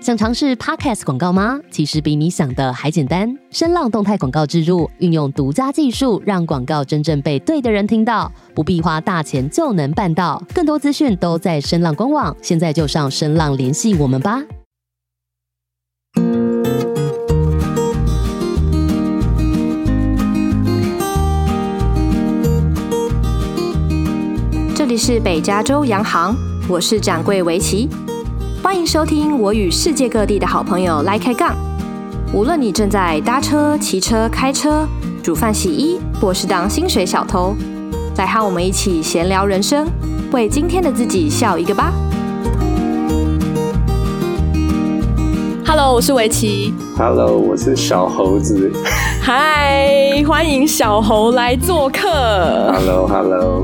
想尝试 Podcast 广告吗？其实比你想的还简单。声浪动态广告植入，运用独家技术，让广告真正被对的人听到，不必花大钱就能办到。更多资讯都在声浪官网，现在就上声浪联系我们吧。 这里是北加州洋行，我是掌柜维琪，欢迎收听我与世界各地的好朋友来开杠。无论你正在搭车、骑车、开车、煮饭、洗衣，或是当薪水小偷，来和我们一起闲聊人生，为今天的自己笑一个吧。Hello， 我是维琪。 Hello， 我是小猴子。 嗨，欢迎小猴来做客。 Hello。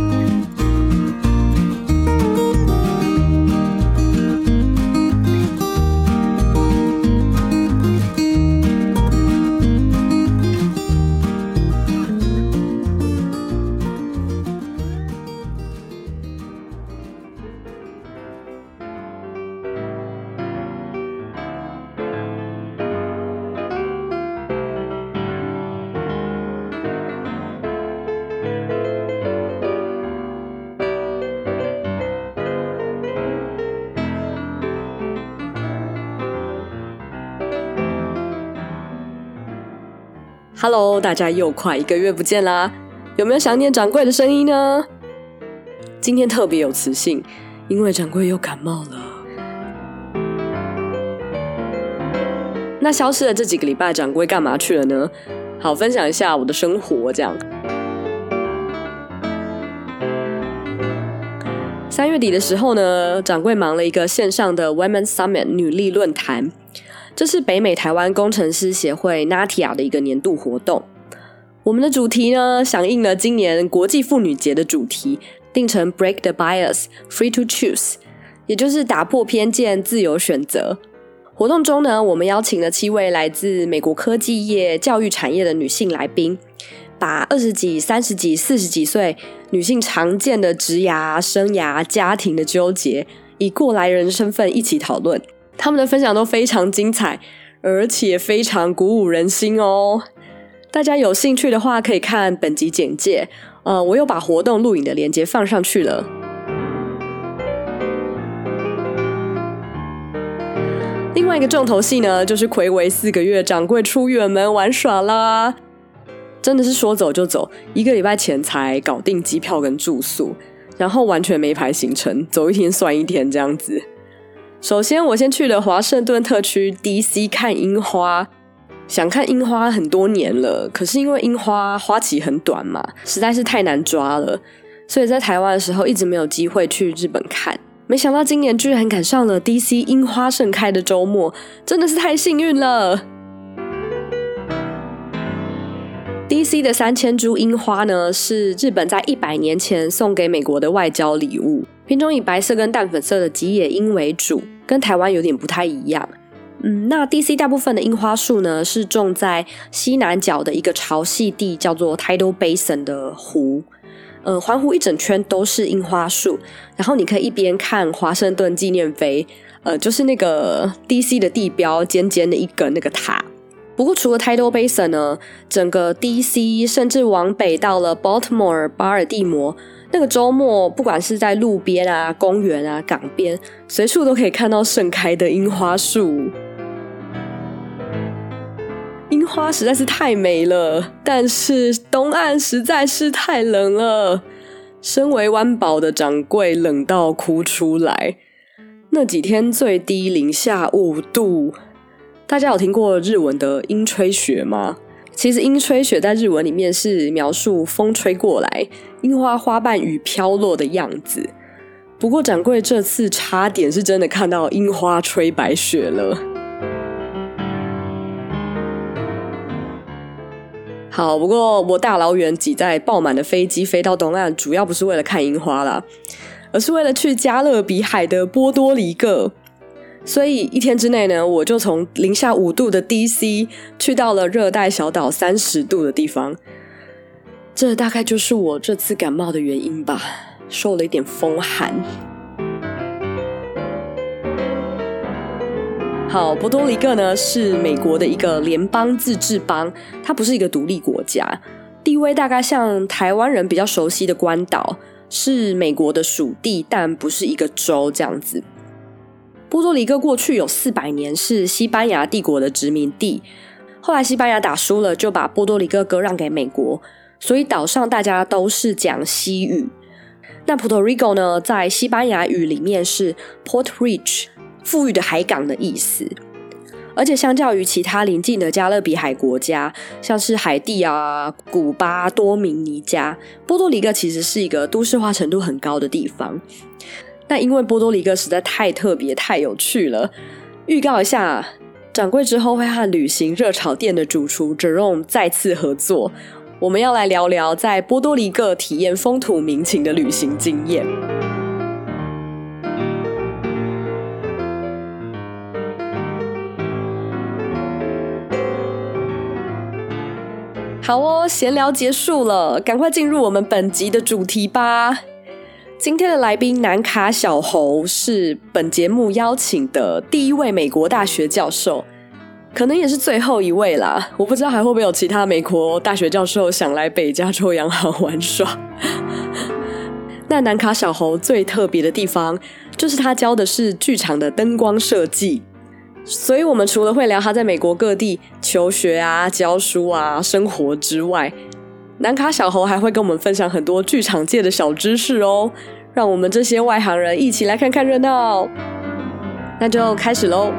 Hello， 大家又快1个月不见啦，有没有想念掌柜的声音呢？今天特别有磁性，因为掌柜又感冒了。那消失了这几个礼拜，掌柜干嘛去了呢？好，分享一下我的生活这样。3月底的时候呢，掌柜忙了一个线上的 Women's Summit 女力论坛。这是北美台湾工程师协会 NATIA 的一个年度活动。我们的主题呢，响应了今年国际妇女节的主题，定成 Break the Bias, Free to Choose， 也就是打破偏见，自由选择。活动中呢，我们邀请了7位来自美国科技业、教育产业的女性来宾，把20几、30几、40几岁女性常见的职涯、生涯、家庭的纠结，以过来人身份一起讨论。他们的分享都非常精彩，而且非常鼓舞人心哦。大家有兴趣的话，可以看本集简介。我又把活动录影的连结放上去了。另外一个重头戏呢，就是睽违4个月，掌柜出远门玩耍啦。真的是说走就走，1个礼拜前才搞定机票跟住宿，然后完全没排行程，走一天算一天这样子。首先我先去了华盛顿特区 DC 看樱花，想看樱花很多年了，可是因为樱花花期很短嘛，实在是太难抓了，所以在台湾的时候一直没有机会去日本看。没想到今年居然赶上了 DC 樱花盛开的周末，真的是太幸运了。DC 的3000株樱花呢，是日本在100年前送给美国的外交礼物，品种以白色跟淡粉色的吉野樱为主，跟台湾有点不太一样。那 DC 大部分的樱花树呢，是种在西南角的一个潮汐地，叫做 Tidal Basin 的湖。环湖一整圈都是樱花树，然后你可以一边看华盛顿纪念碑，就是那个 DC 的地标尖尖的一根那个塔。不过除了 Tidal Basin 呢，整个 DC 甚至往北到了 Baltimore 巴尔的摩，那个周末不管是在路边啊、公园啊、港边，随处都可以看到盛开的樱花树。樱花实在是太美了，但是东岸实在是太冷了。身为湾宝的掌柜冷到哭出来，那几天最低零下5度。大家有听过日文的樱吹雪吗？其实樱吹雪在日文里面是描述风吹过来，樱花花瓣雨飘落的样子。不过掌柜这次差点是真的看到樱花吹白雪了。好，不过我大老远挤在爆满的飞机飞到东岸，主要不是为了看樱花啦，而是为了去加勒比海的波多黎各。所以1天之内呢，我就从零下5度的 DC 去到了热带小岛30度的地方。这大概就是我这次感冒的原因吧，受了一点风寒。 好，波多黎各呢是美国的一个联邦自治邦，它不是一个独立国家，地位大概像台湾人比较熟悉的关岛，是美国的属地，但不是一个州这样子。波多黎各过去有400年是西班牙帝国的殖民地，后来西班牙打输了，就把波多黎各割让给美国，所以岛上大家都是讲西语。那 Puerto Rico 呢，在西班牙语里面是 Port Rich， 富裕的海港的意思。而且相较于其他邻近的加勒比海国家，像是海地啊、古巴、多米尼加，波多黎各其实是一个都市化程度很高的地方。那因为波多黎各实在太特别、太有趣了，预告一下，掌柜之后会和旅行热炒店的主厨 Jerome 再次合作，我们要来聊聊在波多黎各体验风土民情的旅行经验。好哦，闲聊结束了，赶快进入我们本集的主题吧。今天的来宾南卡小侯是本节目邀请的第一位美国大学教授，可能也是最后一位啦，我不知道还会不会有其他美国大学教授想来北加州洋行玩耍。那南卡小侯最特别的地方就是他教的是剧场的灯光设计，所以我们除了会聊他在美国各地求学啊、教书啊、生活之外，南卡小侯还会跟我们分享很多剧场界的小知识哦，让我们这些外行人一起来看看热闹。那就开始咯。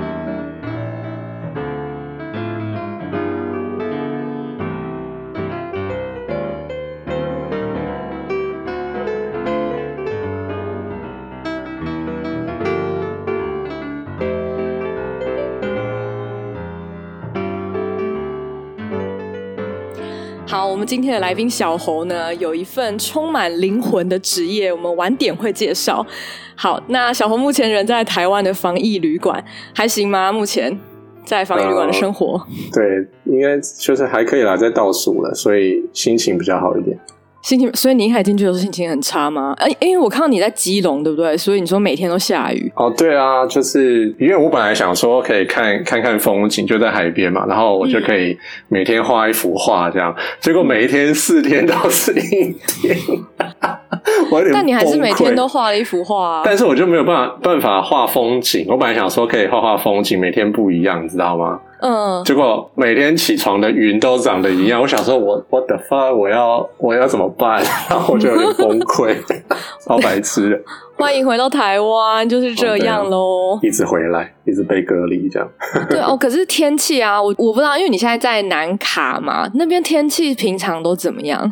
好，我们今天的来宾小侯呢，有一份充满灵魂的职业，我们晚点会介绍。好，那小侯目前人在台湾的防疫旅馆，还行吗？目前在防疫旅馆的生活？ 对，应该就是还可以啦，在倒数了，所以心情比较好一点。 心情，所以你一开始进去的时候心情很差吗？因为我看到你在基隆，对不对？所以你说每天都下雨。 哦，对啊，就是因为我本来想说可以看看风景，就在海边嘛，然后我就可以每天画一幅画这样，结果每一天4天都是阴天。我有点崩溃。 但你还是每天都画了一幅画啊。 但是我就没有办法画风景，我本来想说可以画风景，每天不一样，你知道吗？结果每天起床的云都长得一样，我想说what the fuck， 我要怎么办？然后我就有点崩溃，超白痴的。 欢迎回到台湾，就是这样咯。 一直回来，一直被隔离这样。 对哦，可是天气啊，我不知道，因为你现在在南卡嘛，那边天气平常都怎么样？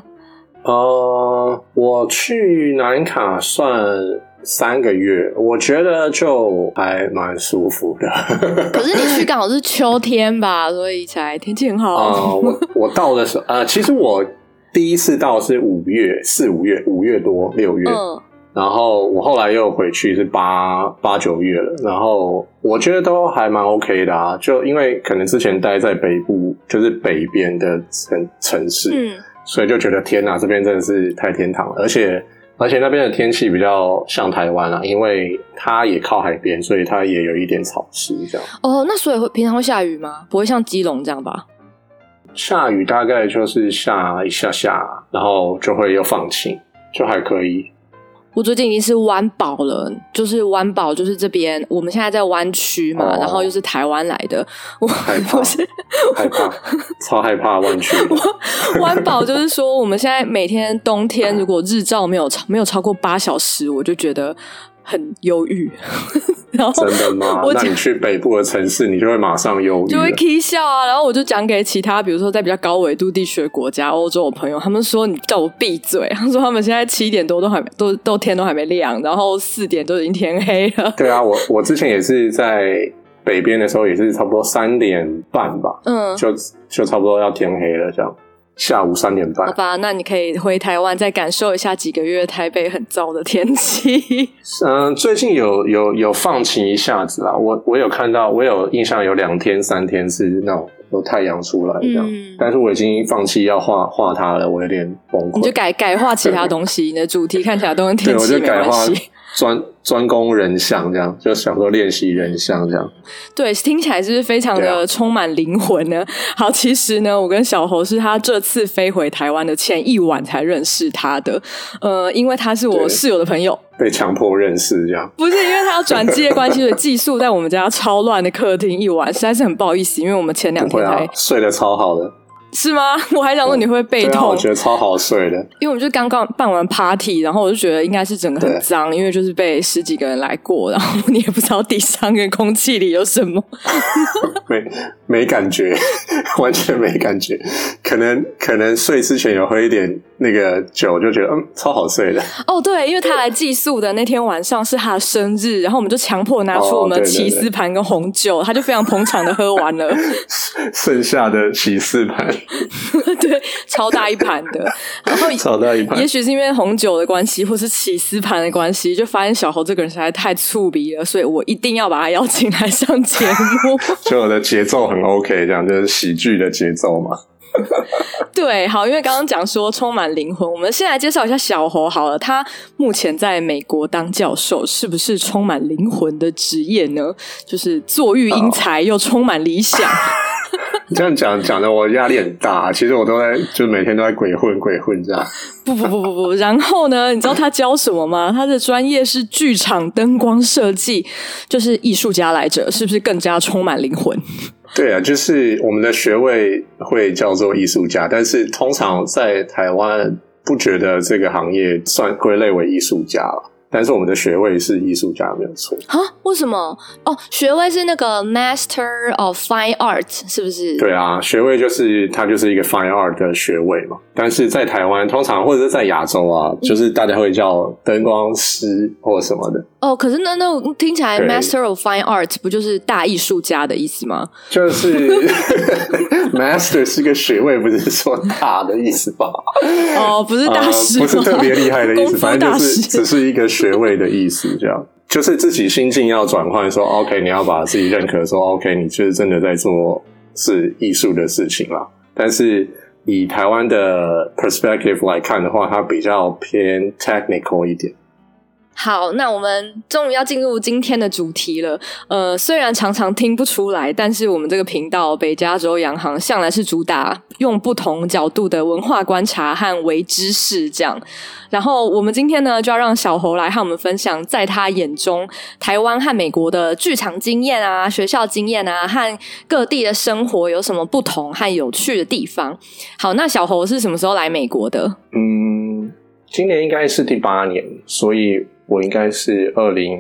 我去南卡算3个月，我觉得就还蛮舒服的。 可是你去刚好是秋天吧，所以才天气很好。 我到的时候，其实我第一次到是5月多6月，然后我后来又回去是8、9月了，然后我觉得都还蛮 OK 的啊，就因为可能之前待在北部，就是北边的城市，所以就觉得天哪，这边真的是太天堂了，而且那边的天气比较像台湾啦，因为它也靠海边，所以它也有一点潮湿这样。 哦，那所以平常会下雨吗？不会像基隆这样吧？ 下雨大概就是下一下，然后就会又放晴，就还可以。 我最近已经是湾宝了，就是湾宝，就是这边我们现在在湾区嘛，然后又是台湾来的，我害怕，超害怕湾区。 湾宝就是说，我们现在每天冬天如果日照没有超过8小时，我就觉得很忧郁。然后真的吗？那你去北部的城市，你就会马上忧郁， 就会起笑啊。然后我就讲给其他，比如说在比较高纬度地区的国家、欧洲的朋友，他们说你叫我闭嘴。他说他们现在7点多都天都还没亮，然后4点都已经天黑了。 对啊，我之前也是在北边的时候，也是差不多3点半吧，就差不多要天黑了这样。下午3点半。 好吧，那你可以回台湾再感受一下几个月台北很糟的天气。 最近有放晴一下子啦，我有看到，我有印象有2天3天是那种有太阳出来这样，但是我已经放弃要画它了，我有点崩溃。 你就改画其他东西，你的主题看起来都跟天气没关系。 专攻人像这样，就想说练习人像这样。 对，听起来是不是非常的充满灵魂呢？好，其实呢，我跟小侯是他这次飞回台湾的前一晚才认识他的，因为他是我室友的朋友， 被强迫认识这样。 不是因为他要转机的关系，所以寄宿在我们家超乱的客厅一晚，实在是很不好意思，因为我们前2天才睡得超好的。 是吗？我还想说你会背痛。 我觉得超好睡的， 因为我们就刚刚办完 party， 然后我就觉得应该是整个很脏，因为就是被10几个人来过，然后你也不知道地上跟空气里有什么， 没感觉，完全没感觉。可能睡之前有喝一点那个酒，就觉得超好睡的。哦， 对，因为他来寄宿的那天晚上是他的生日，然后我们就强迫拿出我们的起司盘跟红酒，他就非常捧场的喝完了剩下的起司盘。 对，超大一盘的，然后超大一盘， 也许是因为红酒的关系，或是起司盘的关系，就发现小侯这个人实在太粗鄙了，所以我一定要把他邀请来上节目。 就我的节奏很 OK， 这样就是喜剧的节奏嘛。 对，好，因为刚刚讲说充满灵魂，我们先来介绍一下小侯好了。他目前在美国当教授，是不是充满灵魂的职业呢？就是坐育英才又充满理想。 这样讲的我压力很大，其实我都在就每天都在鬼混这样。 不，然后呢，你知道他教什么吗？他的专业是剧场灯光设计，就是艺术家来着，是不是更加充满灵魂？ 对啊，就是我们的学位会叫做艺术家，但是通常在台湾不觉得这个行业算归类为艺术家了。但是我们的学位是艺术家没有错啊？为什么？学位是那个 Master of Fine Art 是不是？ 对啊，学位它就是一个 Fine Art 的学位嘛。但是在台湾通常或者是在亚洲啊，就是大家会叫灯光师或什么的。 可是那听起来 Master of Fine Art 不就是大艺术家的意思吗？ 就是 Master 是个学位，不是说大的意思吧？ 不是大师， 不是特别厉害的意思，反正就是只是一个学位的意思，这样就是自己心境要转换，说 OK， 你要把自己认可，说 OK， 你就是真的在做是艺术的事情啦。但是以台湾的 perspective 来看的话，它比较偏 technical 一点。 好，那我们终于要进入今天的主题了。虽然常常听不出来，但是我们这个频道北加州洋行向来是主打用不同角度的文化观察和微知识这样。然后我们今天呢，就要让小侯来和我们分享在他眼中台湾和美国的剧场经验啊、学校经验啊和各地的生活有什么不同和有趣的地方。好，那小侯是什么时候来美国的？ 今年应该是第8年，所以我应该是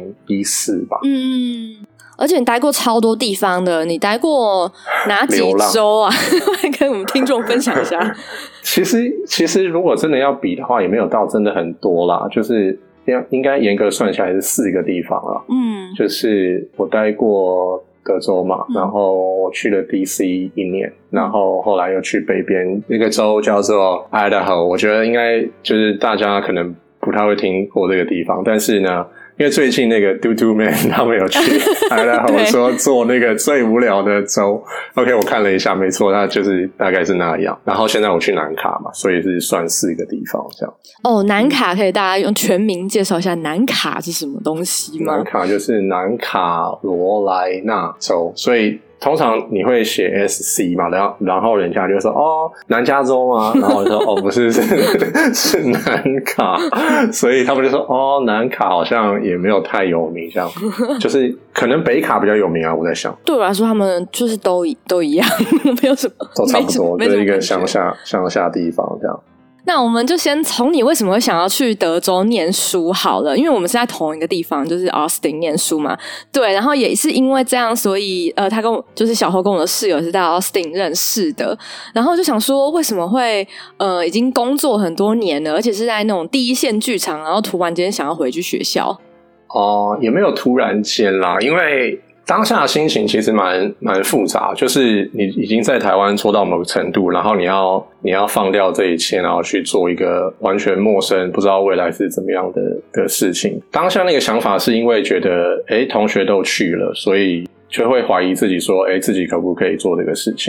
2014吧。 而且你待过超多地方的，你待过哪几州啊？跟我们听众分享一下。 其实如果真的要比的话，也没有到真的很多啦，就是应该严格算下来是4个地方啦。就是我待过德州嘛，然后我去了 DC 1年，然后后来又去北边那个州叫做 Idaho， 我觉得应该就是大家可能不太会听过这个地方，但是呢，因为最近那个 Do Man 他们有去Idaho 说做那个最无聊的州OK， 我看了一下，没错，它就是大概是那样。然后现在我去南卡嘛，所以是算4个地方这样。 南卡可以大家用全名介绍一下南卡是什么东西吗？ 南卡就是南卡罗来纳州，所以通常你会写 SC 嘛，然后人家就说南加州吗？然后我就说不是，是南卡，所以他们就说南卡好像也没有太有名，这样就是可能北卡比较有名啊。我在想， 对我来说他们就是都一样，没有什么， 都差不多，就是一个乡下地方这样。 那我们就先从你为什么会想要去德州念书好了，因为我们是在同一个地方，就是 Austin 念书嘛。对，然后也是因为这样，所以他跟我就是小侯跟我的室友是在 Austin 认识的，然后就想说为什么会已经工作很多年了，而且是在那种第一线剧场，然后突然间想要回去学校。 也没有突然间啦，因为当下的心情其实蛮复杂，就是你已经在台湾做到某个程度，然后你要放掉这一切，然后去做一个完全陌生不知道未来是怎么样的事情。当下那个想法是因为觉得同学都去了，所以就会怀疑自己说自己可不可以做这个事情。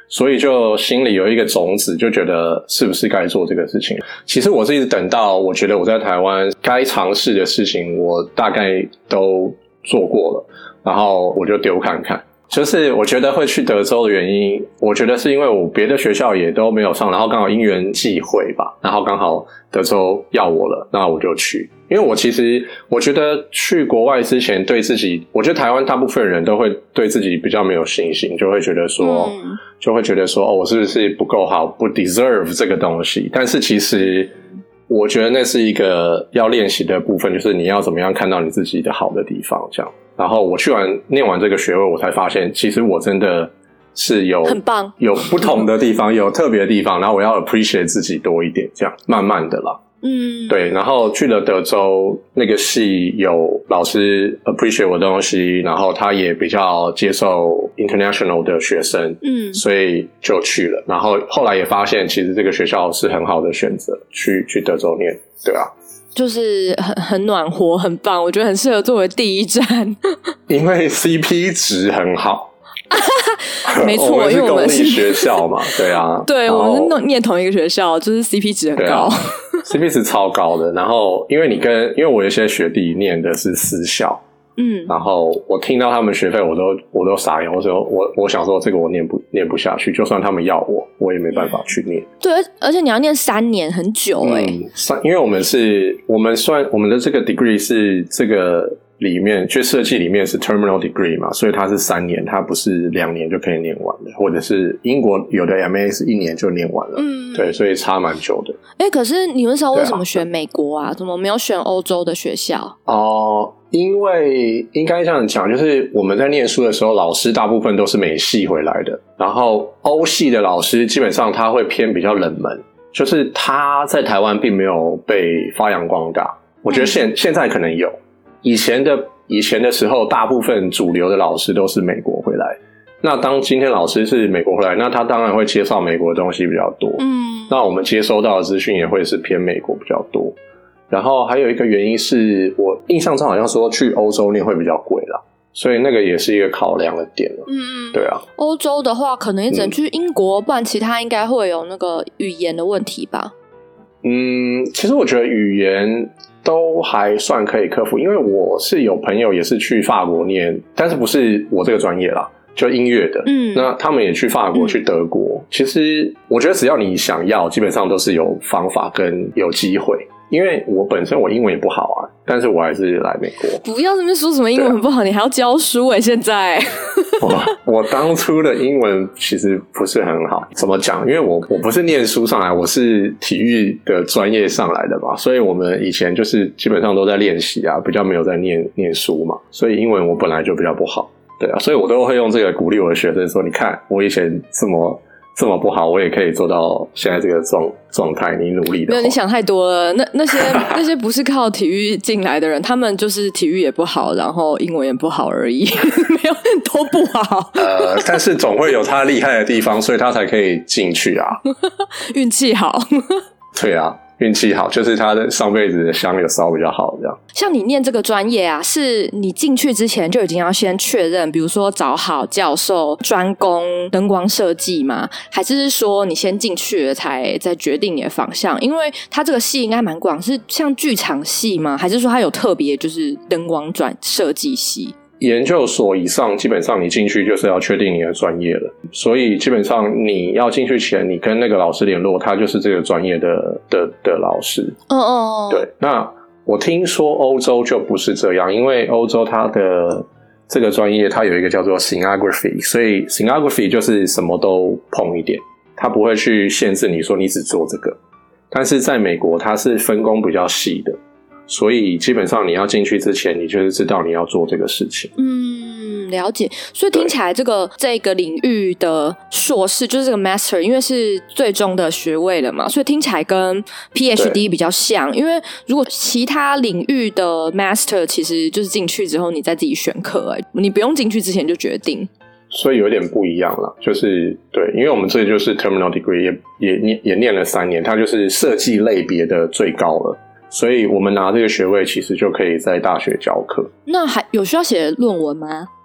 所以就心里有一个种子，就觉得是不是该做这个事情。其实我是一直等到我觉得我在台湾该尝试的事情我大概都做过了，然后我就丢看看。就是我觉得会去德州的原因，我觉得是因为我别的学校也都没有上，然后刚好因缘际会吧，然后刚好德州要我了，那我就去。因为我觉得去国外之前对自己，我觉得台湾大部分人都会对自己比较没有信心，就会觉得说哦，我是不是不够好，不 deserve 这个东西。但是其实我觉得那是一个要练习的部分，就是你要怎么样看到你自己的好的地方这样。然后我念完这个学位，我才发现其实我真的是很棒， 有不同的地方，有特别的地方，然后我要 appreciate 自己多一点这样，慢慢的啦。对，然后去了德州那个系，有老师 appreciate 我的东西，然后他也比较接受 international 的学生，所以就去了。然后后来也发现，其实这个学校是很好的选择，去德州念，对啊。 就是很暖和，很棒，我觉得很适合作为第一站。因为 CP 值很好。 没错， 我们是公立学校嘛，对啊。 对，我们是念同一个学校，就是 CP 值很高。 CP 值超高的。然后因为我有些学弟念的是私校，然后我听到他们学费我都傻眼，我想说这个我念不下去，就算他们要我也没办法去念。 对，而且你要念3年，很久因为我们的这个 degree 是这个里面，就设计里面是 terminal degree 嘛，所以它是3年，它不是2年就可以念完的，或者是英国有的 MA 是1年就念完了。对，所以差蛮久的。 可是你那时候为什么选美国啊？怎么没有选欧洲的学校？ 因为应该这样讲，就是我们在念书的时候，老师大部分都是美系回来的，然后欧系的老师基本上他会偏比较冷门，就是他在台湾并没有被发扬光大。我觉得现在可能有，以前的时候，大部分主流的老师都是美国回来。那当今天老师是美国回来，那他当然会介绍美国的东西比较多。那我们接收到的资讯也会是偏美国比较多。然后还有一个原因是我印象中好像说去欧洲念会比较贵啦，所以那个也是一个考量的点了。对啊。 欧洲的话可能也只能去英国，不然其他应该会有那个语言的问题吧。 其实我觉得语言都还算可以克服，因为我是有朋友也是去法国念，但是不是我这个专业啦，就音乐的。那他们也去法国去德国。其实我觉得只要你想要，基本上都是有方法跟有机会。因为我本身我英文也不好啊，但是我还是来美国。 不要这边说什么英文不好，你还要教书现在。 我当初的英文其实不是很好，怎么讲？因为我不是念书上来，我是体育的专业上来的嘛，所以我们以前就是基本上都在练习啊，比较没有在念书嘛，所以英文我本来就比较不好。对啊，所以我都会用这个鼓励我的学生说，你看我以前这么不好，我也可以做到现在这个状态。你努力的话， 没有，你想太多了。那些不是靠体育进来的人，他们就是体育也不好，然后英文也不好而已，没有都不好。 但是总会有他厉害的地方，所以他才可以进去啊。 运气好。 对啊。运气好，就是他的上辈子的香有烧比较好这样。 像你念这个专业啊，是你进去之前就已经要先确认，比如说找好教授专攻灯光设计吗？还是说你先进去了才决定你的方向？因为他这个系应该蛮广，是像剧场系吗？还是说他有特别就是灯光设计系？ 研究所以上基本上你进去就是要确定你的专业了，所以基本上你要进去前你跟那个老师联络，他就是这个专业的老师。对。那我听说欧洲就不是这样，因为欧洲它的这个专业它有一个叫做 scenography， 所以 scenography 就是什么都碰一点，它不会去限制你说你只做这个。但是在美国它是分工比较细的，所以基本上你要进去之前你就是知道你要做这个事情。 了解。所以听起来这个领域的硕士就是这个 master， 因为是最终的学位了嘛，所以听起来跟 PhD 比较像。因为如果其他领域的 master 其实就是进去之后你再自己选课，你不用进去之前就决定， 所以有点不一样了。就是对，因为我们这里就是 terminal degree 也念了3年，它就是设计类别的最高了，所以我们拿这个学位其实就可以在大学教课。 那还有需要写论文吗？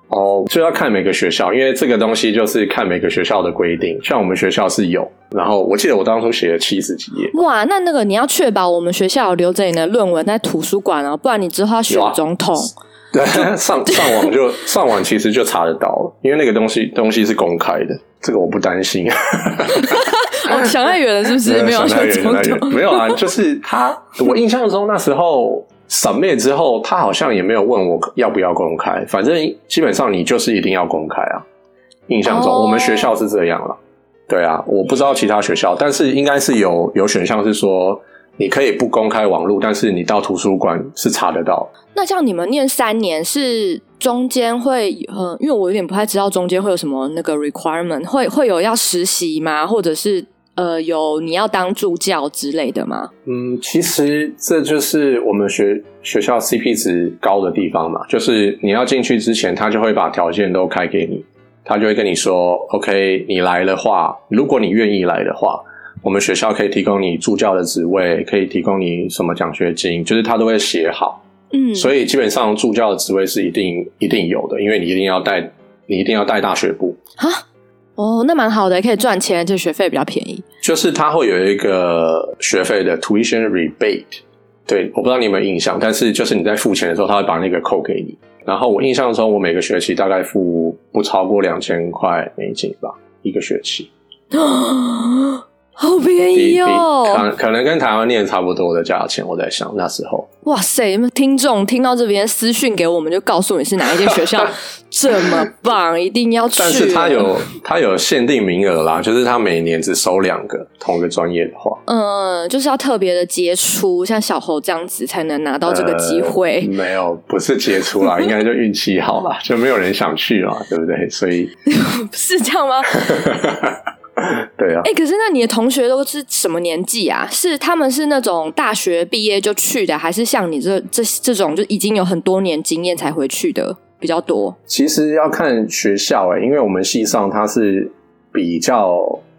就要看每个学校，因为这个东西就是看每个学校的规定。像我们学校是有，然后我记得我当初写了70几页。 哇，那个你要确保我们学校有留着你的论文在图书馆哦，不然你之后要选总统。 对，上网其实就查得到了，因为那个东西是公开的，这个我不担心。 想太远了是不是？没有选总统， 没有啊，就是我印象中那时候submit之后，他好像也没有问我要不要公开，反正基本上你就是一定要公开啊。印象中我们学校是这样啦。对啊，我不知道其他学校，但是应该是有选项是说你可以不公开网络，但是你到图书馆是查得到。 那像你们念3年是中间会因为我有点不太知道中间会有什么那个 requirement， 会有要实习吗？或者是有你要当助教之类的吗？ 其实这就是我们学校 CP 值高的地方嘛，就是你要进去之前他就会把条件都开给你，他就会跟你说 OK 你来的话，如果你愿意来的话，我们学校可以提供你助教的职位，可以提供你什么奖学金，就是他都会写好。所以基本上助教的职位是一定有的，因为你一定要带大学部。 那蛮好的，可以赚钱，这学费比较便宜。 就是他会有一个学费的 tuition rebate， 对，我不知道你有没有印象，但是就是你在付钱的时候，他会把那个扣给你。然后我印象中，我每个学期大概付不超过$2000吧，一个学期。 好便宜哦！可能跟台湾念差不多的价钱，我在想那时候。 哇塞！听众听到这边私讯给我们，就告诉你是哪一间学校这么棒，一定要去。 但是它有限定名额啦，就是它每年只收2个同一个专业的话。 就是要特别的杰出，像小侯这样子才能拿到这个机会。 没有，不是杰出啦，应该就运气好啦，就没有人想去嘛，对不对？所以是这样吗？ 对啊， 可是那你的同学都是什么年纪啊？他们是那种大学毕业就去的，还是像你这种就已经有很多年经验才回去的比较多？ 其实要看学校因为我们系上它是比较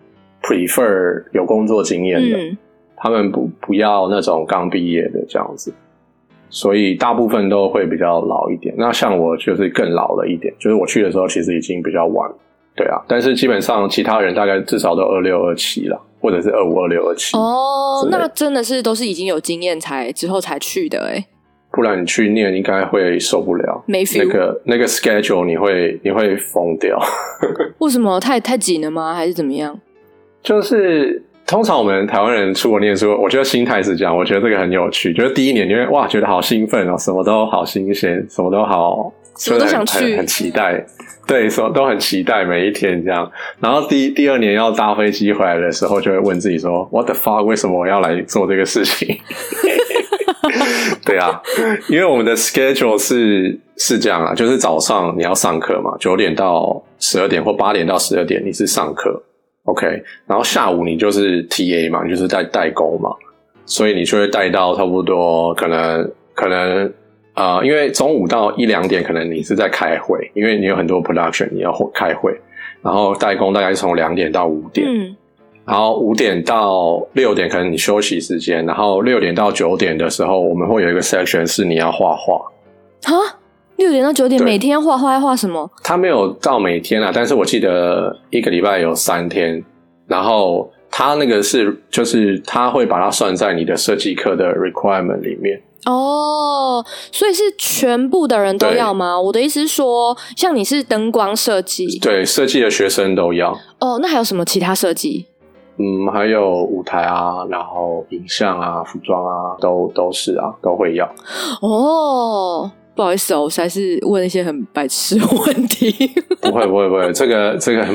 prefer 有工作经验的，他们不要那种刚毕业的这样子，所以大部分都会比较老一点。那像我就是更老了一点，就是我去的时候其实已经比较晚。对啊，但是基本上其他人大概至少都26、27了，或者是25、26、27。 那真的是都是已经有经验之后才去的不然你去念应该会受不了， 没 feel。 那个 schedule 你会疯掉。 为什么太紧了吗？还是怎么样？ 就是通常我们台湾人出国念书，我觉得心态是这样，我觉得这个很有趣。就是第一年你会觉得好兴奋哦，什么都好新鲜，什么都想去， 很期待。对，都很期待每一天这样。然后第2年要搭飞机回来的时候，就会问自己说 What the fuck， 为什么我要来做这个事情？对啊，因为我们的 schedule 是这样啊，就是早上你要上课嘛，9点到12点或8点到12点你是上课 OK， 然后下午你就是 TA 嘛，你就是在代工嘛，所以你就会带到差不多可能因为中午到1、2点可能你是在开会，因为你有很多 production 你要开会，然后代工大概是从2点到5点，然后5点到6点可能你休息时间，然后6点到9点的时候我们会有一个 section 是你要画画。 6点到9点每天要画画，要画什么？他没有到每天但是我记得1个礼拜有3天，然后他那个就是他会把它算在你的设计课的 requirement 里面。 所以是全部的人都要吗？我的意思是说，像你是灯光设计， 对，设计的学生都要。 那还有什么其他设计？ 还有舞台啊，然后影像啊，服装啊，都是啊，都会要。 不好意思我实在是问一些很白痴的问题。 不会，这个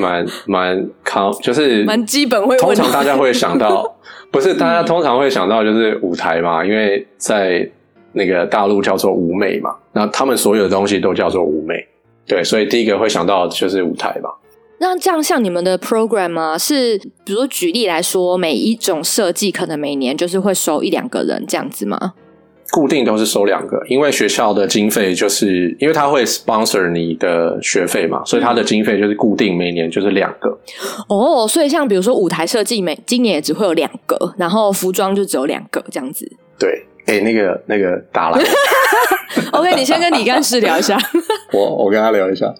就是蛮基本会问。 通常大家会想到，不是大家通常会想到就是舞台嘛，因为在那个大陆叫做舞美嘛，那他们所有的东西都叫做舞美，对，所以第一个会想到就是舞台嘛。 那这样像你们的 program 啊，是比如说举例来说，每一种设计可能每年就是会收1、2个人这样子吗？ 固定都是收2个，因为学校的经费就是因为他会 sponsor 你的学费嘛，所以他的经费就是固定每年就是2个。 所以像比如说舞台设计今年也只会有2个，然后服装就只有2个这样子。 对，那个打来。 OK， 你先跟李干事聊一下。 我跟他聊一下。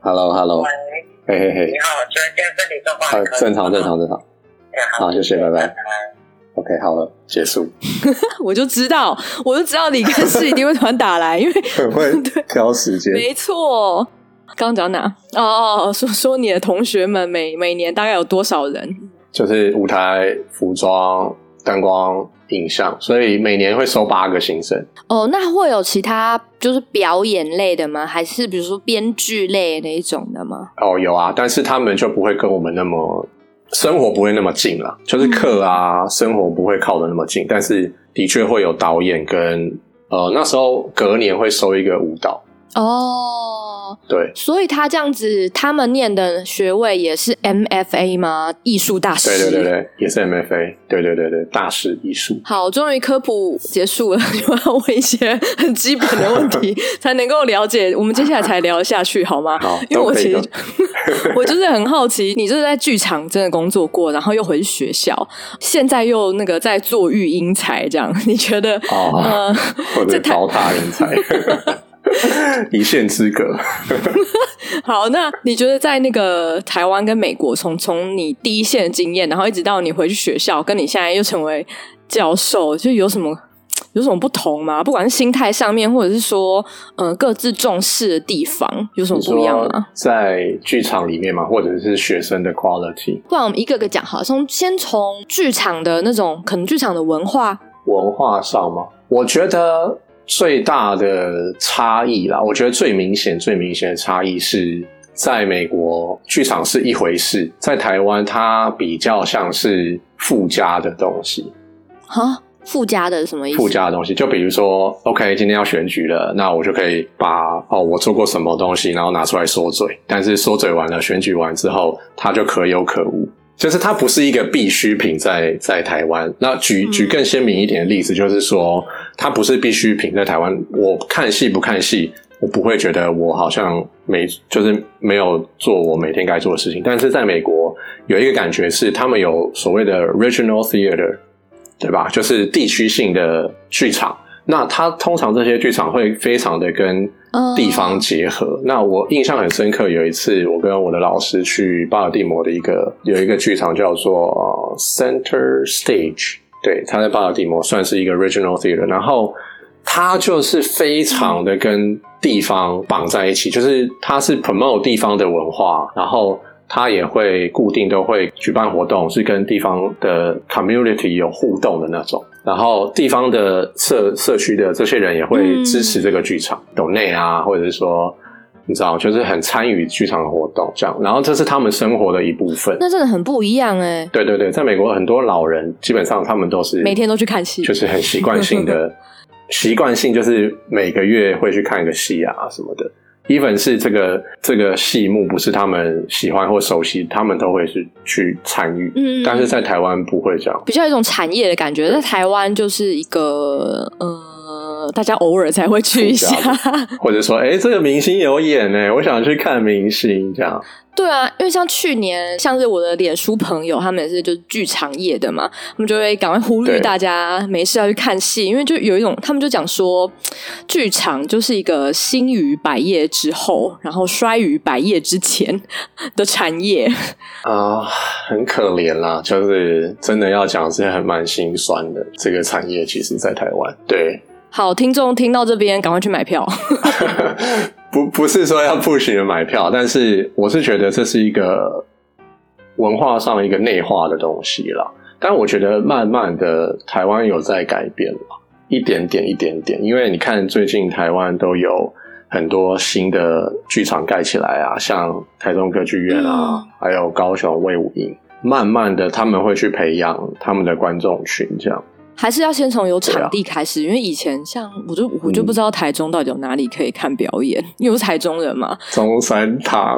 Hello， 嘿嘿嘿， 你好，请问现在身体状况可以吗？ 正常。好，谢谢，拜拜。OK， 好了，结束。 我就知道李干事一定会突然打来，因为很会挑时间。 没错。刚刚讲哪？说你的同学们每年大概有多少人？ 就是舞台、服装、灯光、影像，所以每年会收8个新生。 那会有其他就是表演类的吗？还是比如说编剧类那一种的吗？ 有啊，但是他们就不会跟我们那么生活不会那么近啦，就是课啊，生活不会靠得那么近，但是的确会有导演跟那时候隔年会收一个舞蹈。对， 所以他这样子，他们念的学位也是 MFA 吗？艺术大师？ 对，也是 MFA。对，大师艺术。好， 终于科普结束了，就要问一些很基本的问题，才能够了解。我们接下来才聊下去，好吗？ 好， 因为我其实我就是很好奇，你就是在剧场真的工作过，然后又回去学校，现在又那个在做育英才，这样你觉得？ 或者糟蹋人才。一线之隔。 好，那你觉得在那个台湾跟美国，从你第一线的经验，然后一直到你回去学校，跟你现在又成为教授，就有什么不同吗？不管是心态上面，或者是说各自重视的地方，有什么不一样吗？ 在剧场里面吗？或者是学生的 quality？ 不然我们一个个讲好了，先从剧场的那种可能剧场的文化上吗？我觉得最大的差异啦，我觉得最明显的差异是在美国剧场是一回事，在台湾它比较像是附加的东西。 附加的是什么意思？ 附加的东西就比如说 OK 今天要选举了，那我就可以把我做过什么东西然后拿出来说嘴，但是说嘴完了，选举完之后它就可有可无，就是它不是一个必需品在台湾。那举更鲜明一点的例子，就是说它不是必需品在台湾，我看戏不看戏，我不会觉得我好像没有做我每天该做的事情。但是在美国有一个感觉是他们有所谓的 regional theater， 对吧？就是地区性的剧场。那它通常这些剧场会非常的跟地方结合。那我印象很深刻，有一次我跟我的老师去巴尔的摩的有一个剧场叫做Center Stage， 对，它在巴尔的摩算是一个 regional theater， 然后它就是非常的跟地方绑在一起，就是它是 promote 地方的文化，然后他也会固定都会举办活动，是跟地方的 community 有互动的那种，然后地方的社区的这些人也会支持这个剧场donate啊，或者是说你知道就是很参与剧场的活动这样，然后这是他们生活的一部分。 那真的很不一样耶。 对，在美国很多老人基本上他们都是每天都去看戏， 就是很习惯性就是每个月会去看一个戏啊什么的。even 是这个戏目不是他们喜欢或熟悉，他们都会是去参与。但是在台湾不会这样， 比较有一种产业的感觉。在台湾就是一个大家偶尔才会去一下， 或者说这个明星有演我想去看明星这样。 对啊，因为像去年像是我的脸书朋友，他们也是就是剧场业的嘛，他们就会赶快呼吁大家没事要去看戏，因为就有一种他们就讲说剧场就是一个兴于百业之后然后衰于百业之前的产业很可怜啦，就是真的要讲是很蛮心酸的，这个产业其实在台湾。对， 好，听众听到这边赶快去买票不是说要 push 你们买票，但是我是觉得这是一个文化上一个内化的东西啦。但我觉得慢慢的台湾有在改变啦，一点点，因为你看最近台湾都有很多新的剧场盖起来啊，像台中歌剧院啊，还有高雄卫武营，慢慢的他们会去培养他们的观众群这样。 还是要先从有场地开始，因为以前像我就不知道台中到底有哪里可以看表演，因为我是台中人嘛。 中山堂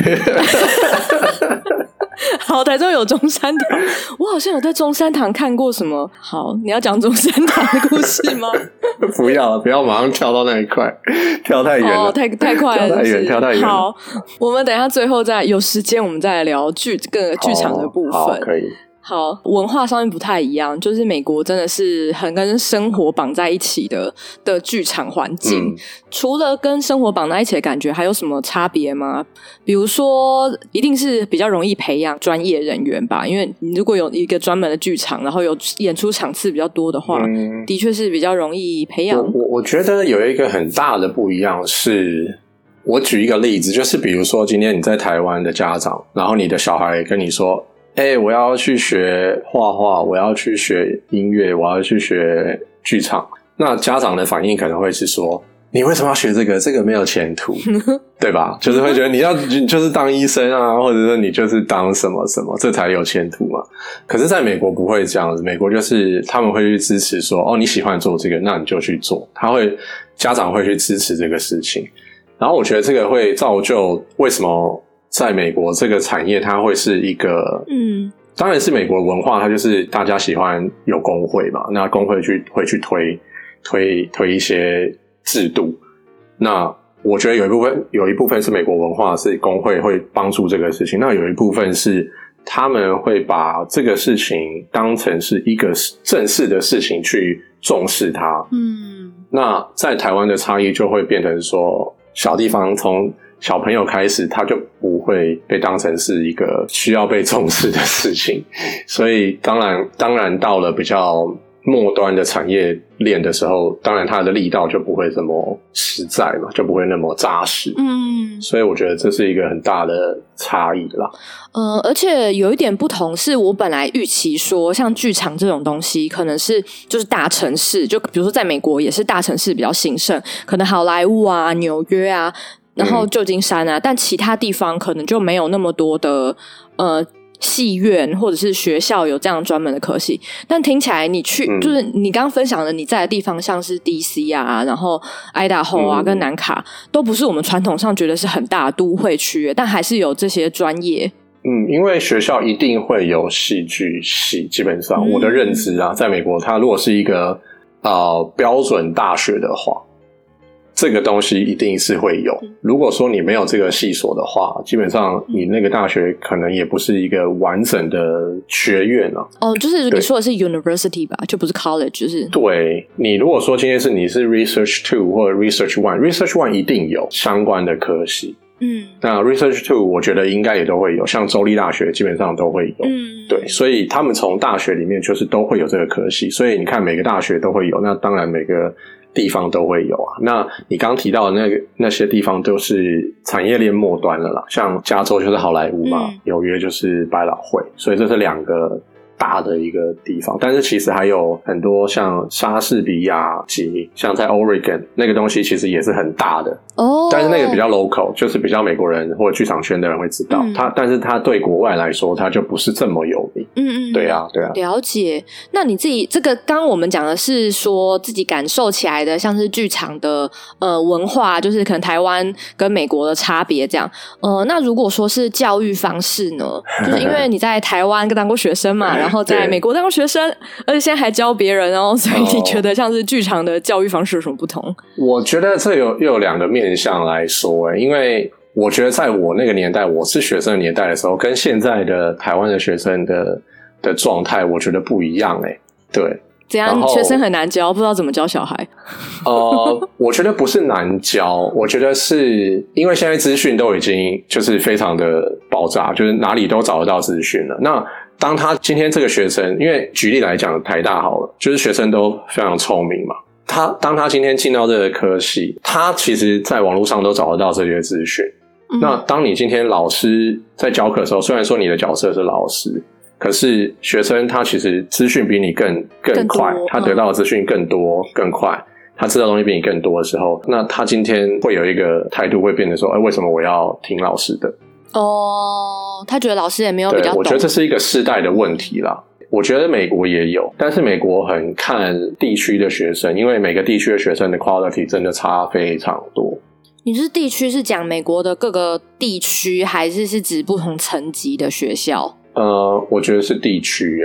好，台中有中山堂，我好像有在中山堂看过什么。好，你要讲中山堂的故事吗？ 不要马上跳到那一块，跳太远了， 太快了， 跳太远。 好，我们等一下最后再有时间，我们再来聊各个剧场的部分。 好，可以。 好，文化上面不太一样，就是美国真的是很跟生活绑在一起的剧场环境。除了跟生活绑在一起的感觉，还有什么差别吗？比如说，一定是比较容易培养专业人员吧，因为你如果有一个专门的剧场，然后有演出场次比较多的话，的确是比较容易培养。 我觉得有一个很大的不一样是，我举一个例子，就是比如说今天你在台湾的家长，然后你的小孩跟你说，我要去学画画，我要去学音乐，我要去学剧场。那家长的反应可能会是说，你为什么要学这个？这个没有前途，对吧？就是会觉得你就是当医生啊，或者说你就是当什么什么，这才有前途嘛。可是在美国不会这样子，美国就是他们会去支持说，你喜欢做这个，那你就去做。家长会去支持这个事情。然后我觉得这个会造就为什么在美国这个产业它会是一个当然是美国文化，它就是大家喜欢有工会嘛，那工会会去推一些制度。那我觉得有一部分是美国文化，是工会会帮助这个事情，那有一部分是他们会把这个事情当成是一个正式的事情去重视它。那在台湾的差异就会变成说，小地方从小朋友开始，他就不会被当成是一个需要被重视的事情，所以当然到了比较末端的产业链的时候，当然它的力道就不会这么实在嘛，就不会那么扎实。所以我觉得这是一个很大的差异啦。 而且有一点不同是，我本来预期说像剧场这种东西可能是就是大城市，就比如说在美国也是大城市比较兴盛，可能好莱坞啊、纽约啊，然后旧金山啊，但其他地方可能就没有那么多的戏院或者是学校有这样专门的科系。但听起来你去就是你刚刚分享的你在的地方，像是 DC 啊，然后爱达荷啊跟南卡，都不是我们传统上觉得是很大的都会区，但还是有这些专业。 因为学校一定会有戏剧系，基本上我的认知啊，在美国它如果是一个标准大学的话，这个东西一定是会有。如果说你没有这个系所的话，基本上你那个大学可能也不是一个完整的学院啊。 就是你说的是 university 吧，就不是 college， 就是。 对，你如果说今天你是 research 2或者 research 1，research 1一定有相关的科系。那 research 2我觉得应该也都会有，像州立大学基本上都会有。对，所以他们从大学里面就是都会有这个科系，所以你看每个大学都会有，那当然每个地方都会有啊。那你刚刚提到的那些地方都是产业链末端了啦，像加州就是好莱坞嘛，纽约就是百老汇，所以这是两个大的一个地方。但是其实还有很多像莎士比亚及像在 Oregon 那个东西其实也是很大的但是那个比较 local， 就是比较美国人或者剧场圈的人会知道但是他对国外来说他就不是这么有名。对啊了解。那你自己这个刚刚我们讲的是说自己感受起来的，像是剧场的文化，就是可能台湾跟美国的差别这样。那如果说是教育方式呢，就是因为你在台湾当过学生嘛然后在美国当过学生，而且现在还教别人所以你觉得像是剧场的教育方式有什么不同？我觉得这又有两个面向来说因为我觉得在我那个年代，我是学生的年代的时候，跟现在的台湾的学生的状态我觉得不一样对。 怎样？学生很难教，不知道怎么教小孩？ 我觉得不是难教，我觉得是因为现在资讯都已经就是非常的爆炸，就是哪里都找得到资讯了。那当他今天这个学生，因为举例来讲台大好了，就是学生都非常聪明嘛，当他今天进到这个科系，他其实在网络上都找得到这些资讯。那当你今天老师在教课的时候，虽然说你的角色是老师，可是学生他其实资讯比你更快，他得到的资讯更多更快，他知道的东西比你更多的时候，那他今天会有一个态度会变成说为什么我要听老师的？ 他觉得老师也没有比较懂。 对，我觉得这是一个世代的问题啦。我觉得美国也有，但是美国很看地区的学生，因为每个地区的学生的 quality 真的差非常多。 你是地区是讲美国的各个地区，还是指不同层级的学校？ 我觉得是地区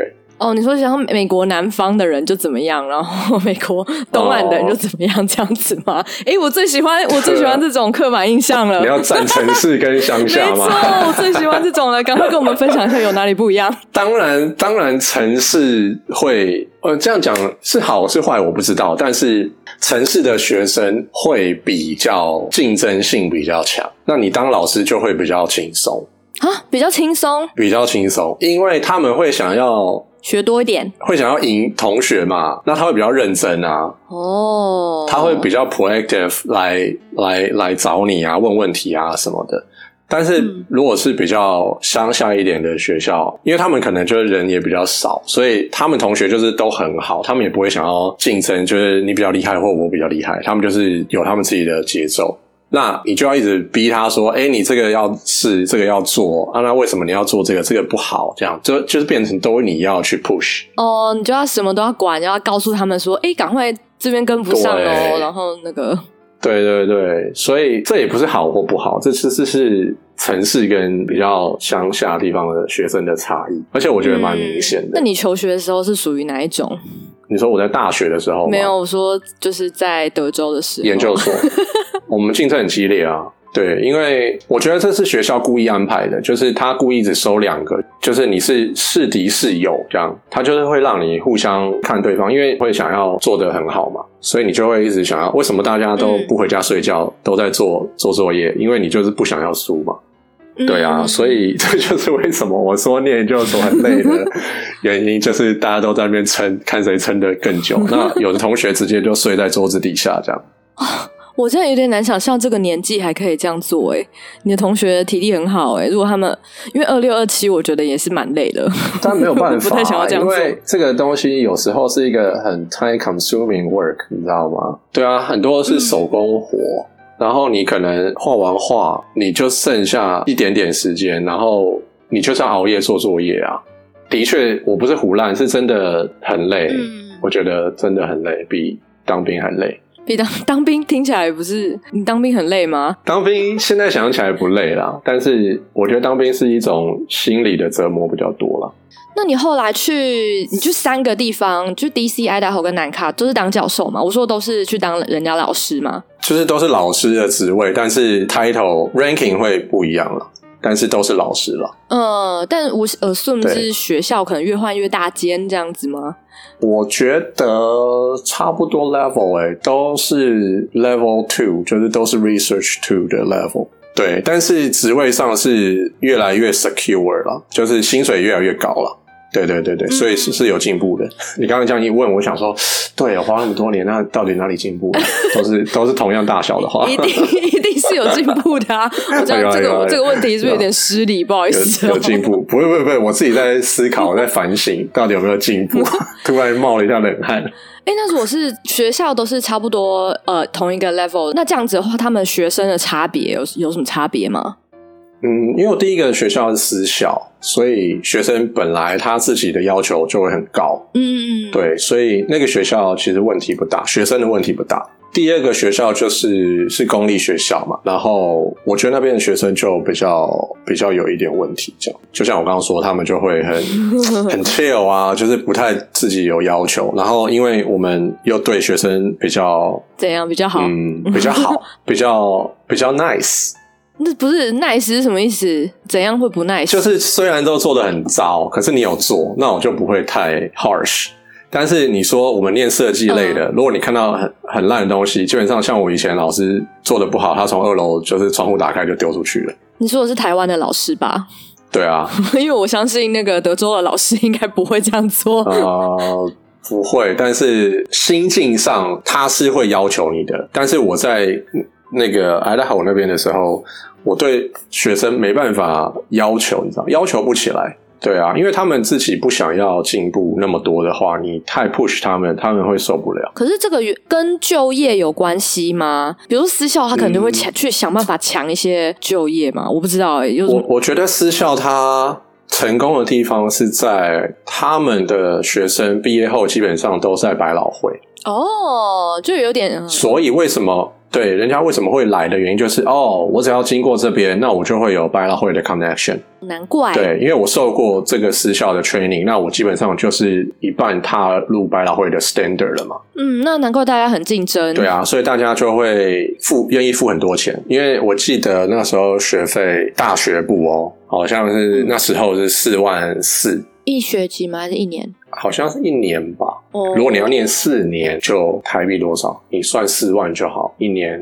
哦，你说像美国南方的人就怎么样，然后美国东岸的人就怎么样这样子吗？我最喜欢这种刻板印象了。 你要站城市跟乡下吗？ 没错，我最喜欢这种了，赶快跟我们分享一下有哪里不一样。 当然城市会这样讲是好是坏我不知道，但是城市的学生会比较竞争性比较强，那你当老师就会比较轻松啊，比较轻松， 因为他们会想要学多一点， 会想要赢同学嘛，那他会比较认真啊。 哦， 他会比较 proactive 来找你啊，问问题啊什么的。但是如果是比较乡下一点的学校，因为他们可能就是人也比较少，所以他们同学就是都很好，他们也不会想要竞争，就是你比较厉害或我比较厉害，他们就是有他们自己的节奏。那你就要一直逼他说，你这个要试，这个要做啊，那为什么你要做这个？这个不好，这样就是变成都你要去 push。 哦，你就要什么都要管，要告诉他们说，赶快这边跟不上哦，然后那个。 对，所以这也不是好或不好，这是城市跟比较乡下地方的学生的差异，而且我觉得蛮明显的。 那你求学的时候是属于哪一种？ 你说我在大学的时候吗？ 没有，我说就是在德州的时候， 研究所，我们竞争很激烈啊。对，因为我觉得这是学校故意安排的，就是他故意只收2个，就是你是是敌是友这样，他就是会让你互相看对方，因为会想要做得很好嘛，所以你就会一直想要，为什么大家都不回家睡觉，都在做作业，因为你就是不想要输嘛。对啊，所以这就是为什么我说念研究所很累的原因，就是大家都在那边撑，看谁撑得更久。那有的同学直接就睡在桌子底下这样。 我真的有点难想象这个年纪还可以这样做你的同学体力很好如果他们因为26、27我觉得也是蛮累的， 但没有办法不太想要这样做， 因为这个东西有时候是一个很 time consuming work， 你知道吗？对啊，很多是手工活，然后你可能画完画你就剩下一点点时间，然后你就是要熬夜做作业啊。的确我不是唬烂，是真的很累我觉得真的很累，比当兵还累。 比当兵听起来不是，你当兵很累吗？ 当兵现在想起来不累啦，但是我觉得当兵是一种心理的折磨比较多啦。 那你后来你去3个地方，就 DC、爱达荷跟南卡，都是当教授嘛？我说都是去当人家老师吗？ 就是都是老师的职位，但是 title ranking 会不一样了，但是都是老师了。 但我assume是学校可能越换越大间这样子吗？ 我觉得差不多 level 都是 level 2，就是都是 research 2的 level。对，但是职位上是越来越 secure 了，就是薪水越来越高了。对，所以是有进步的。你刚刚这样一问，我想说，对，我花那么多年，那到底哪里进步了？都是同样大小的话， 一定是有进步的啊！我这样这个问题是不是有点失礼？不好意思， 有进步，不会，我自己在思考，我在反省，到底有没有进步？突然冒了一下冷汗。 那如果是学校都是差不多同一个 level， 那这样子的话，他们学生的差别有什么差别吗？ 因为我第一个学校是私校，所以学生本来他自己的要求就会很高。对，所以那个学校其实问题不大，学生的问题不大。第二个学校是公立学校嘛，然后我觉得那边的学生就比较有一点问题，这样就像我刚刚说，他们就会很chill 啊，就是不太自己有要求，然后因为我们又对学生比较怎样比较好？ 比较好，比较 nice。 那不是 nice 是什么意思？怎样会不 nice？ 就是虽然都做得很糟，可是你有做，那我就不会太 harsh。但是你说我们念设计类的，如果你看到很烂的东西，基本上像我以前老师做得不好，他从2楼就是窗户打开就丢出去了。 你说的是台湾的老师吧？ 对啊， 因为我相信那个德州的老师应该不会这样做。 不会，但是心境上他是会要求你的。但是我在那个爱达荷那边的时候，我对学生没办法要求，你知道，要求不起来。对啊，因为他们自己不想要进步那么多的话，你太 push 他们会受不了。 可是这个跟就业有关系吗？比如说私校他可能就会去想办法抢一些就业嘛，我不知道我觉得私校他成功的地方是在他们的学生毕业后基本上都在百老汇。 就有点所以为什么对，人家为什么会来的原因就是我只要经过这边，那我就会有百老汇的 connection。 难怪。 对，因为我受过这个私校的 training， 那我基本上就是一半踏入百老汇的 standard 了嘛。 那难怪大家很竞争。 对啊，所以大家就会愿意付很多钱，因为我记得那时候学费大学部好像是那时候是44000。 一学期吗？还是一年？ 好像是1年吧。如果你要念4年，就台币多少？你算4万就好，一年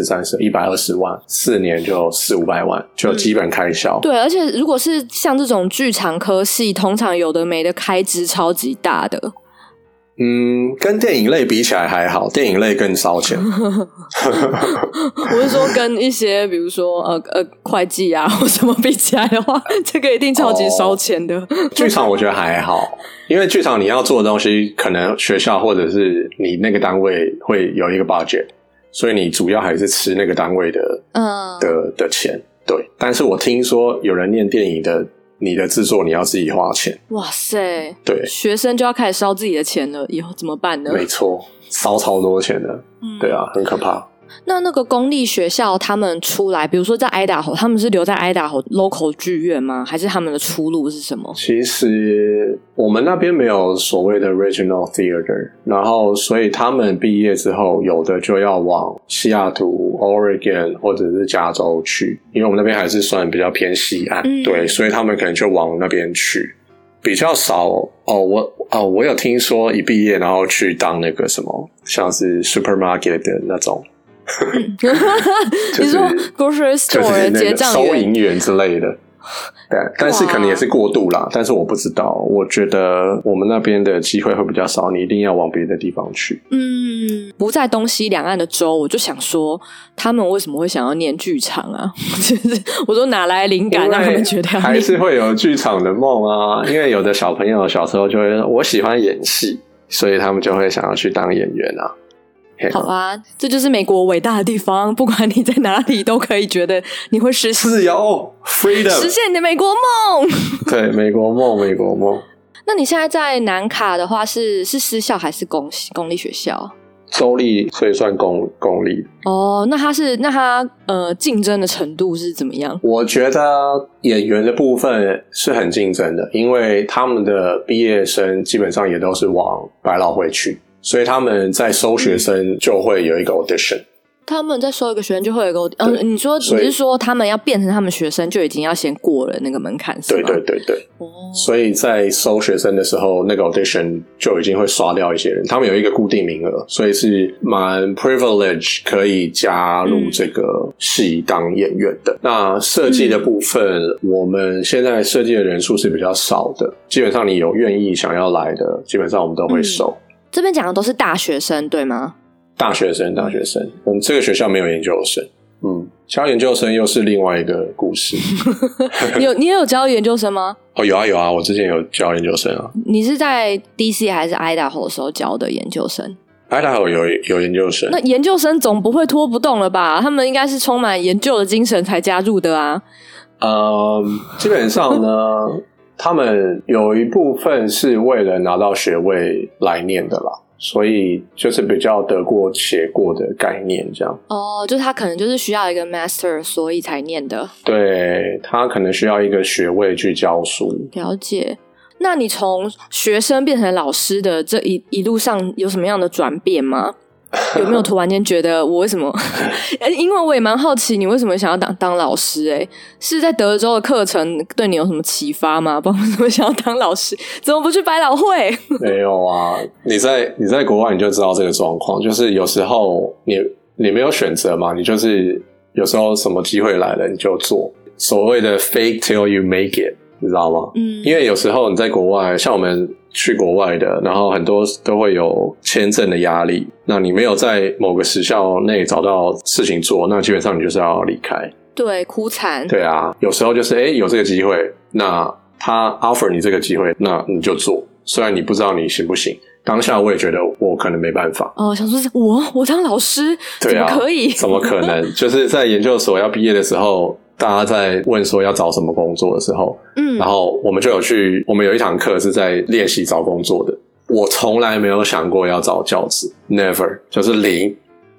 120万，4年就400-500万，就基本开销。 对，而且如果是像这种剧场科系，通常有的没的开支超级大的。 跟电影类比起来还好，电影类更烧钱。 我是说跟一些比如说会计啊或什么比起来的话，这个一定超级烧钱的。 剧场我觉得还好，因为剧场你要做的东西，可能学校或者是你那个单位会有一个 budget， 所以你主要还是吃那个单位的钱。对，但是我听说有人念电影的，你的制作你要自己花钱。 哇塞， 对， 学生就要开始烧自己的钱了，以后怎么办呢？ 没错，烧超多钱的。对啊，很可怕。 那个公立学校他们出来，比如说在爱达荷，他们是留在爱达荷 local 剧院吗？还是他们的出路是什么？ 其实我们那边没有所谓的 regional theater， 然后所以他们毕业之后，有的就要往西雅图、Oregon 或者是加州去，因为我们那边还是算比较偏西岸，对，所以他们可能就往那边去。比较少我有听说一毕业然后去当那个什么，像是 supermarket 的那种。 你说 grocery store 结账员、 收银员之类的，对，但是可能也是过渡啦。但是我不知道，我觉得我们那边的机会会比较少，你一定要往别的地方去。 不在东西两岸的州，我就想说，他们为什么会想要念剧场啊？我说哪来灵感让他们觉得还是会有剧场的梦啊？因为有的小朋友小时候就会说，我喜欢演戏，所以他们就会想要去当演员啊。 好啊，这就是美国伟大的地方，不管你在哪里都可以觉得你会实现自由 freedom， 实现你的美国梦。对， 美国梦，美国梦。 那你现在在南卡的话是私校还是公立学校？ 州立，所以算公立。 那他竞争的程度是怎么样？ 我觉得演员的部分是很竞争的，因为他们的毕业生基本上也都是往百老汇去。所以他们在收学生就会有一个 audition， 他们在收一个学生就会有一个你是说他们要变成他们学生就已经要先过了那个门槛是吗？ 对所以在收学生的时候那个 audition 就已经会刷掉一些人，他们有一个固定名额，所以是蛮 privilege 可以加入这个系当演员的。那设计的部分我们现在设计的人数是比较少的，基本上你有愿意想要来的基本上我们都会收。 这边讲的都是大学生对吗？大学生，我们这个学校没有研究生。教研究生又是另外一个故事。你也有教研究生吗？ 有啊，我之前有教研究生啊。 你是在 DC 还是 Idaho 的时候教的研究生 ？Idaho 有研究生。 那研究生总不会拖不动了吧？他们应该是充满研究的精神才加入的啊。 基本上呢他们有一部分是为了拿到学位来念的啦，所以就是比较得过且过的概念这样。 就是他可能就是需要一个 master 所以才念的。 对，他可能需要一个学位去教书。 了解。那你从学生变成老师的这一路上有什么样的转变吗？有没有突然间觉得我为什么因为我也蛮好奇你为什么想要当老师是在德州的课程对你有什么启发吗？不然为什么想要当老师？怎么不去百老汇？ 没有啊，你在国外你就知道这个状况，就是有时候你没有选择嘛，你就是有时候什么机会来了你就做，所谓的 fake till you make it， 你知道吗？因为有时候你在国外，像我们去国外的，然后很多都会有签证的压力，那你没有在某个时效内找到事情做，那基本上你就是要离开。 对，哭惨。 对啊，有时候就是有这个机会，那他 offer 你这个机会，那你就做，虽然你不知道你行不行。当下我也觉得我可能没办法。 想说我当老师怎么可以？ 怎么可能？就是在研究所要毕业的时候，大家在问说要找什么工作的时候，然后我们有一堂课是在练习找工作的。我从来没有想过要找教职 ，never， 就是零。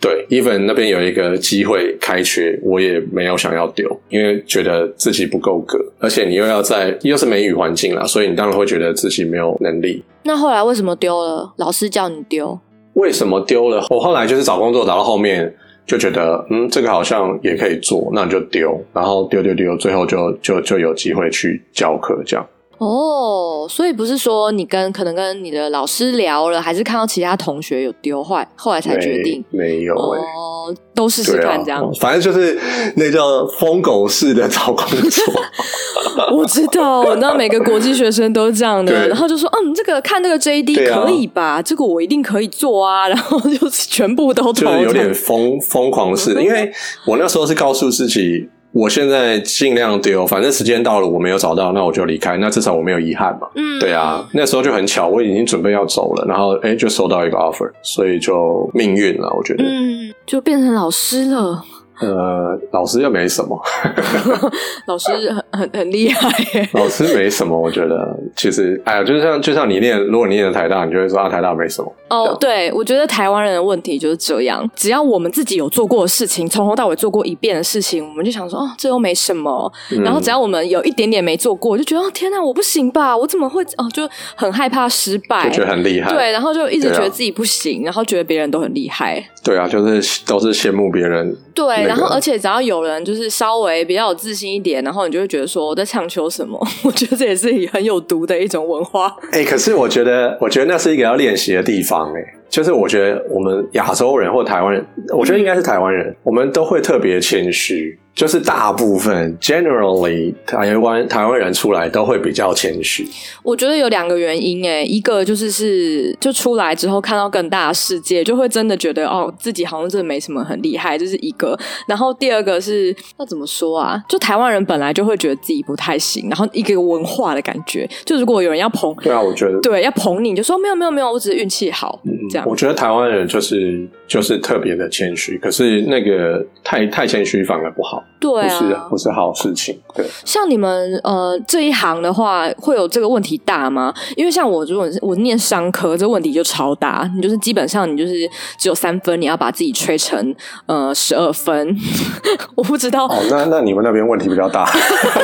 对 even 那边有一个机会开缺，我也没有想要丢，因为觉得自己不够格，而且你又是美语环境啦，所以你当然会觉得自己没有能力。 那后来为什么丢了？老师叫你丢？ 为什么丢了？我后来就是找工作找到后面就觉得这个好像也可以做，那你就丢，然后丢，最后就有机会去教课这样。 哦，所以不是说你可能跟你的老师聊了，还是看到其他同学有丢坏，后来才决定？ 没有哦，都试试看这样。 反正就是那叫疯狗式的找工作。 我知道每个国际学生都是这样的，然后就说这个看这个 JD 可以吧，这个我一定可以做啊，然后就是全部都投， 就是有点疯狂式的。因为我那时候是告诉自己，我现在尽量丢，反正时间到了我没有找到，那我就离开，那至少我没有遗憾嘛。对啊，那时候就很巧，我已经准备要走了，然后就收到一个 offer， 所以就命运了，我觉得。 就变成老师了。 老师又没什么。 老师很厉害耶。 老师没什么，我觉得其实就像你如果你念台大，你就会说台大没什么。 对，我觉得台湾人的问题就是这样，只要我们自己有做过的事情，从头到尾做过一遍的事情，我们就想说这又没什么。然后只要我们有一点点没做过，就觉得天哪，我不行吧，我怎么会就很害怕失败， 就觉得很厉害。 对，然后就一直觉得自己不行，然后觉得别人都很厉害。 对啊，就是都是羡慕别人。 对，然后而且只要有人就是稍微比较有自信一点，然后你就会觉得说我在强求什么。我觉得这也是很有毒的一种文化。 可是我觉得那是一个要练习的地方。就是我觉得我们亚洲人或台湾人，我觉得应该是台湾人，我们都会特别谦虚。就是大部分 generally 台湾人出来都会比较谦虚。 我觉得有2个原因一个就出来之后看到更大的世界，就会真的觉得自己好像真的没什么很厉害，这是一个。然后第二个是要怎么说啊？就台湾人本来就会觉得自己不太行，然后一个文化的感觉，就如果有人要捧， 对啊，我觉得对要捧你，就说没有，我只是运气好，这样。 我觉得台湾人就是特别的谦虚，可是那个太谦虚反而不好。 对啊， 不是好事情。对， 像你们这一行的话，会有这个问题大吗？因为像我，如果我念商科，这问题就超大。你就是基本上你就是只有3分，你要把自己吹成12分。我不知道。 那你们那边问题比较大。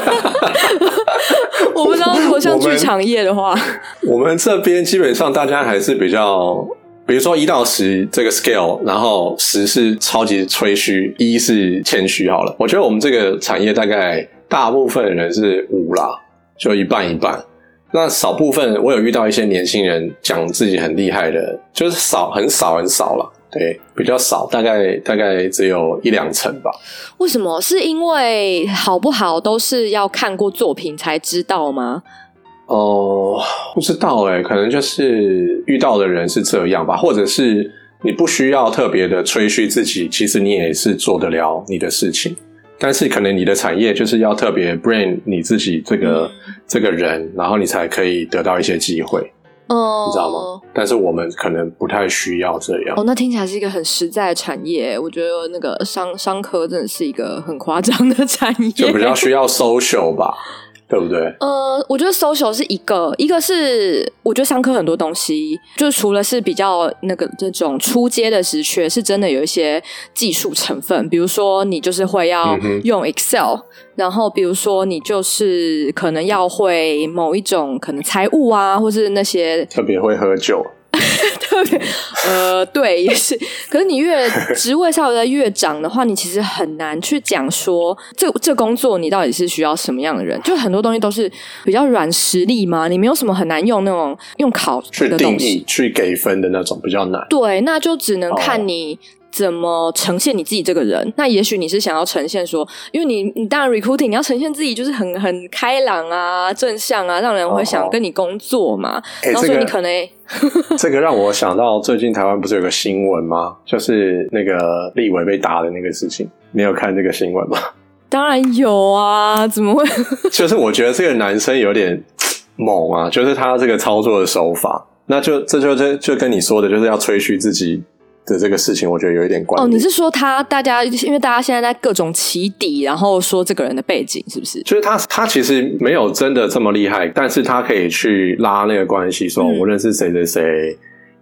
我不知道，如果像剧场业的话， 我们这边基本上大家还是比较。比如说1到10这个 scale， 然后10是超级吹嘘，1是谦虚好了。我觉得我们这个产业大概大部分的人是5啦，就一半一半。那少部分我有遇到一些年轻人讲自己很厉害的，就是很少啦，对，比较少，大概只有1-2成吧。 为什么？是因为好不好都是要看过作品才知道吗？ 不知道可能就是遇到的人是这样吧，或者是你不需要特别的吹嘘自己，其实你也是做得了你的事情，但是可能你的产业就是要特别 brand 你自己这个人，然后你才可以得到一些机会，你知道吗？但是我们可能不太需要这样。 那听起来是一个很实在的产业。我觉得那个商科真的是一个很夸张的产业， 就比较需要 social 吧。对不对？ 我觉得 social 是一个是我觉得商科很多东西，就是除了是比较这种初阶的职缺，是真的有一些技术成分，比如说你就是会要用 Excel，然后比如说你就是可能要会某一种可能财务啊，或是那些特别会喝酒。 特别对，也是。可是你越职位稍微在越长的话，你其实很难去讲说这工作你到底是需要什么样的人。就很多东西都是比较软实力嘛，你没有什么很难用那种用考的东西去定义、去给分的那种比较难。 对，那就只能看你怎么呈现你自己这个人。那也许你是想要呈现说，因为你当然 recruiting 你要呈现自己就是很开朗啊、正向啊，让人会想跟你工作嘛。然后所以你可能这个让我想到最近台湾不是有个新闻吗？就是那个立委被打的那个事情，你有看这个新闻吗？ 当然有啊，怎么会？ 就是我觉得这个男生有点猛啊，就是他这个操作的手法，那这就跟你说的就是要吹嘘自己的这个事情，我觉得有一点关联。 你是说因为大家现在在各种起底，然后说这个人的背景是不是？ 就是他其实没有真的这么厉害，但是他可以去拉那个关系，说我认识谁谁谁，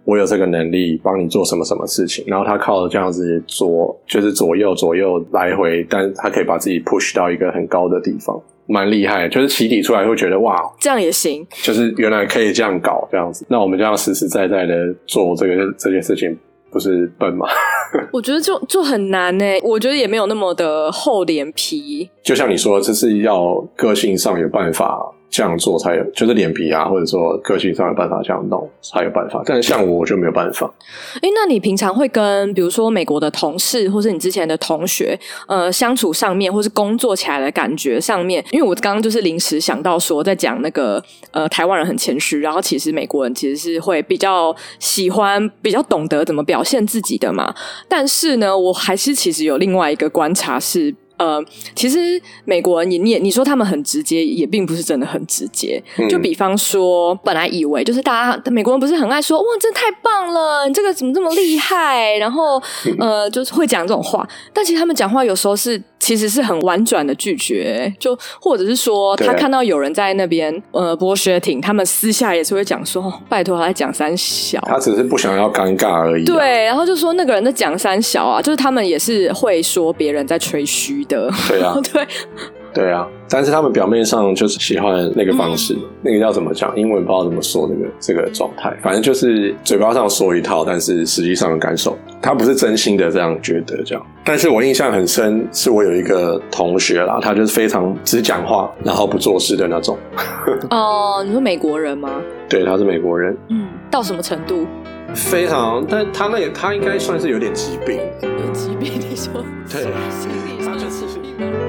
我有这个能力帮你做什么什么事情，然后他靠着这样子就是左右来回，但他可以把自己 push 到一个很高的地方，蛮厉害的。就是起底出来会觉得哇， 这样也行， 就是原来可以这样搞这样子。那我们这样实实在在的做这件事情，不是笨吗？ 我觉得就很难欸，我觉得也没有那么的厚脸皮。 就像你说，这是要个性上有办法这样做才有，就是脸皮啊，或者说个性上有办法这样弄才有办法。但是像我就没有办法。 那你平常会跟比如说美国的同事或是你之前的同学相处上面，或是工作起来的感觉上面，因为我刚刚就是临时想到说在讲那个台湾人很谦虚，然后其实美国人其实是会比较喜欢比较懂得怎么表现自己的嘛。但是呢，我还是其实有另外一个观察是其实美国人你说他们很直接，也并不是真的很直接。就比方说，本来以为就是大家美国人不是很爱说哇，真的太棒了，你这个怎么这么厉害，然后就是会讲这种话。但其实他们讲话有时候其实是很婉转的拒绝，就或者是说他看到有人在那边bullshitting，他们私下也是会讲说拜托他在讲三小， 他只是不想要尴尬而已。 对，然后就说那个人在讲三小啊，就是他们也是会说别人在吹嘘的。 对啊，对啊，但是他们表面上就是喜欢那个方式，那个要怎么讲？英文不知道怎么说这个状态，反正就是嘴巴上说一套，但是实际上的感受，他不是真心的这样觉得这样。但是我印象很深，是我有一个同学啦，他就是非常只讲话，然后不做事的那种。 你说美国人吗？ 对，他是美国人。 到什么程度？ 非常，但他应该算是有点疾病。 有疾病？你说？ 对， 心理上的疾病吗？